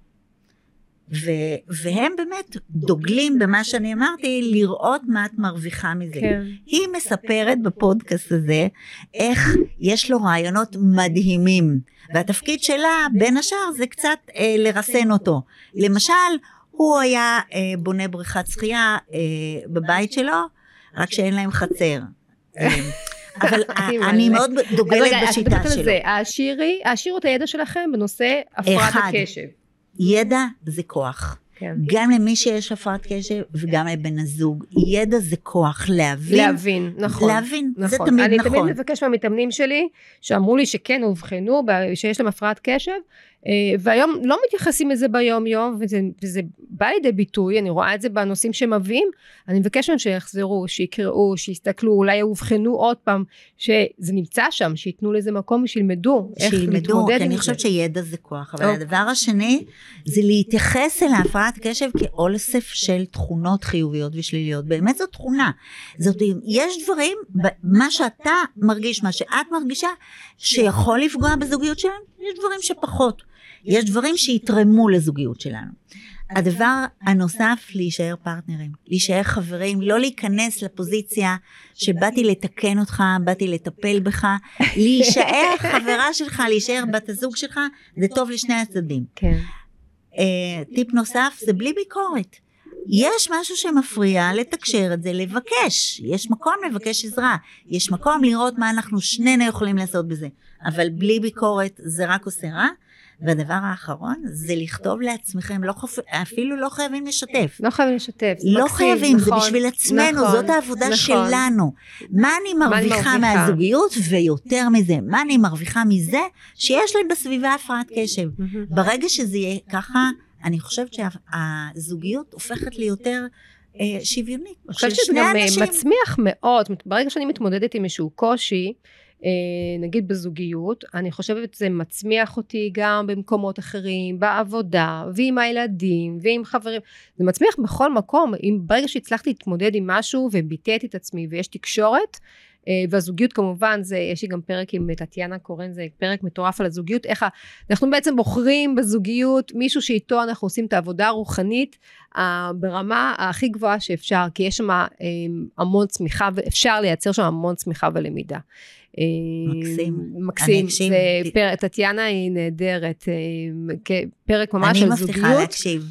והם באמת דוגלים במה שאני אמרתי, לראות מה את מרוויחה מזה. כן. היא מספרת בפודקאסט הזה, איך יש לו רעיונות מדהימים, והתפקיד שלה בין השאר זה קצת לרסן אותו. למשל, הוא היה בונה בריכת שחייה בבית שלו, רק שאין להם חצר. אבל אני מאוד דוגלת בשיטה שלו. העשירו את הידע שלכם בנושא הפרעת הקשב. ידע זה כוח. כן. גם למי שיש הפרעת קשב וגם לבן הזוג. ידע זה כוח, להבין. נכון. להבין, נכון. זה תמיד אני נכון. אני תמיד מבקש מהמתאמנים שלי, שאמרו לי שכן הובחנו, שיש להם הפרעת קשב, והיום לא מתייחסים לזה ביום יום, וזה בא לידי ביטוי, אני רואה את זה בנושאים שמביאים, אני מבקש מהם שיחזרו, שיקראו, שיסתכלו, אולי יובחנו עוד פעם, שזה נמצא שם, שיתנו לזה מקום, שילמדו איך להתמודד עם זה. אני חושבת שידע זה כוח, אבל הדבר השני, זה להתייחס אל ההפרעת קשב כאוסף של תכונות חיוביות ושליליות, באמת זו תכונה, יש דברים, מה שאתה מרגיש, מה שאת מרגישה, שיכול לפגוע בזוגיות שלנו, יש דברים שפחות, יש דברים שיתרמו לזוגיות שלנו. הדבר הנוסף, להישאר פרטנרים, להישאר חברים, לא להיכנס לפוזיציה שבאתי לתקן אותך, באתי לטפל בך, להישאר חברה שלך, להישאר בת הזוג שלך, זה טוב לשני הצדדים. כן. טיפ נוסף, זה בלי ביקורת. יש משהו שמפריע, לתקשר את זה, לבקש. יש מקום לבקש עזרה. יש מקום לראות מה אנחנו שנינו יכולים לעשות בזה. אבל בלי ביקורת זה רק עושה רע. והדבר האחרון זה לכתוב לעצמכם, אפילו לא חייבים לשתף. לא חייבים לשתף. לא מקסים, חייבים, נכון, זה בשביל עצמנו, נכון, זאת העבודה נכון. שלנו. מה אני מרוויחה מהזוגיות, ויותר מזה, מה אני מרוויחה מזה, שיש לי בסביבה הפרעת קשב. ברגע שזה יהיה ככה, אני חושבת שהזוגיות הופכת ליותר שוויונית. אני חושבת שזה גם מצמיח מאוד, ברגע שאני מתמודדת עם איזשהו קושי, נגיד בזוגיות, אני חושבת שזה מצמיח אותי גם במקומות אחרים, בעבודה, ועם הילדים, ועם חברים, זה מצמיח בכל מקום, ברגע שהצלחתי להתמודד עם משהו, וביטאתי את עצמי, ויש תקשורת, והזוגיות כמובן, יש לי גם פרק עם טטיאנה קורן, זה פרק מטורף על הזוגיות, איך אנחנו בעצם בוחרים בזוגיות, מישהו שאיתו אנחנו עושים את העבודה הרוחנית, ברמה הכי גבוהה שאפשר, כי יש שם המון צמיחה, ואפשר לייצר שם המון צמיחה ולמידה. מקסים, טטיאנה היא נהדרת, פרק ממש על זוגיות. אני מבטיחה להקשיב.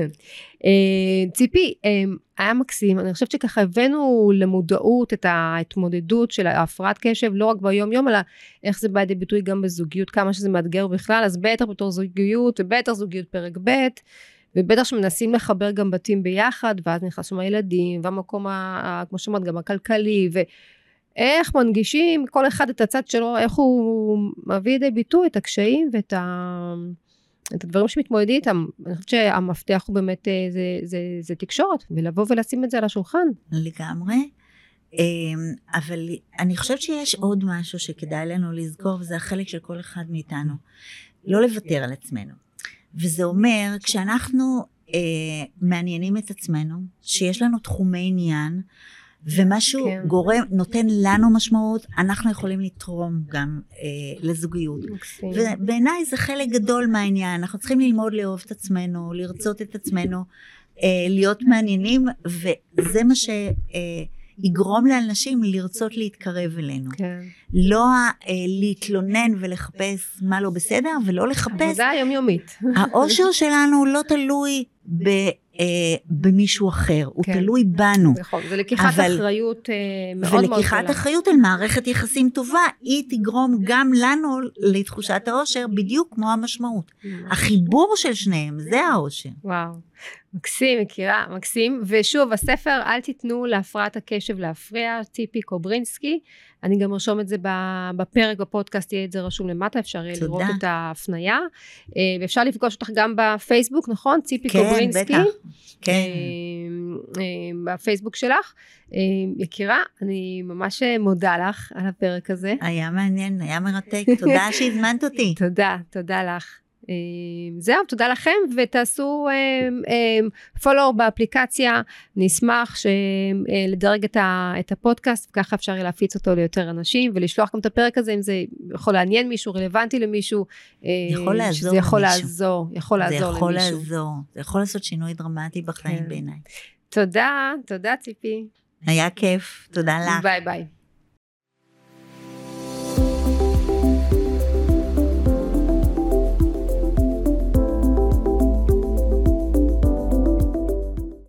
ציפי, היה מקסים, אני חושבת שככה הבאנו למודעות את ההתמודדות של ההפרעת קשב, לא רק ביום יום, אלא איך זה בא לידי ביטוי גם בזוגיות, כמה שזה מאתגר בכלל, אז בטח בתור זוגיות, ובטח זוגיות פרק ב', ובטח שמנסים לחבר גם בתים ביחד, ואז נכנס שם הילדים, והמקום, כמו שאמרת, גם הכלכלי, ואיך מנגישים כל אחד את הצד שלו, איך הוא מביא לידי ביטוי את הקשיים, ואת את הדברים שמתמודדים איתם. אני חושבת שהמפתח הוא באמת, זה תקשורת, ולבוא ולשים את זה על השולחן. לגמרי. אבל אני חושבת שיש עוד משהו שכדאי לנו לזכור, וזה החלק של כל אחד מאיתנו. לא לוותר על עצמנו. וזה אומר, כשאנחנו מעניינים את עצמנו, שיש לנו תחומי עניין, ומשהו כן. גורם, נותן לנו משמעות, אנחנו יכולים לתרום גם לזוגיות. מקסים. ובעיניי זה חלק גדול מהעניין, אנחנו צריכים ללמוד לאהוב את עצמנו, לרצות את עצמנו, להיות מעניינים, וזה מה שיגרום לאנשים לרצות להתקרב אלינו. כן. לא להתלונן ולחפש מה לא בסדר, ולא לחפש. עבודה יומיומית. האושר שלנו לא תלוי במישהו אחר, הוא תלוי בנו. נכון, זה לקיחת אחריות מאוד מאוד גדולה. ולקיחת אחריות על מערכת יחסים טובה, היא תגרום גם לנו לתחושת האושר, בדיוק כמו המשמעות. החיבור של שניהם, זה האושר. וואו, מקסים, מכירה, מקסים. ושוב, הספר, אל תיתנו להפרעת הקשב להפריע, ציפי קוברינסקי, אני גם רשום את זה בפרק בפודקאסט, יהיה את זה רשום למטה, אפשר יהיה לראות את ההפניה, ואפשר לפגוש אותך גם בפייסבוק, נכון? ציפי קוברינסקי. כן, בטח. כן. בפייסבוק שלך. יקירה, אני ממש מודה לך על הפרק הזה. היה מעניין, היה מרתק, תודה שהזמנת אותי. תודה, תודה לך. זהו, תודה לכם, ותעשו פולו באפליקציה, נשמח לדרג את הפודקאסט, וככה אפשר להפיץ אותו ליותר אנשים, ולשלוח גם את הפרק הזה, אם זה יכול לעניין מישהו, רלוונטי למישהו, יכול לעזור שזה יכול למישהו. לעזור, יכול לעזור למישהו. זה יכול לעזור, זה יכול לעשות שינוי דרמטי בחיים בעיניי. תודה, תודה ציפי. היה כיף, תודה לך. ביי ביי.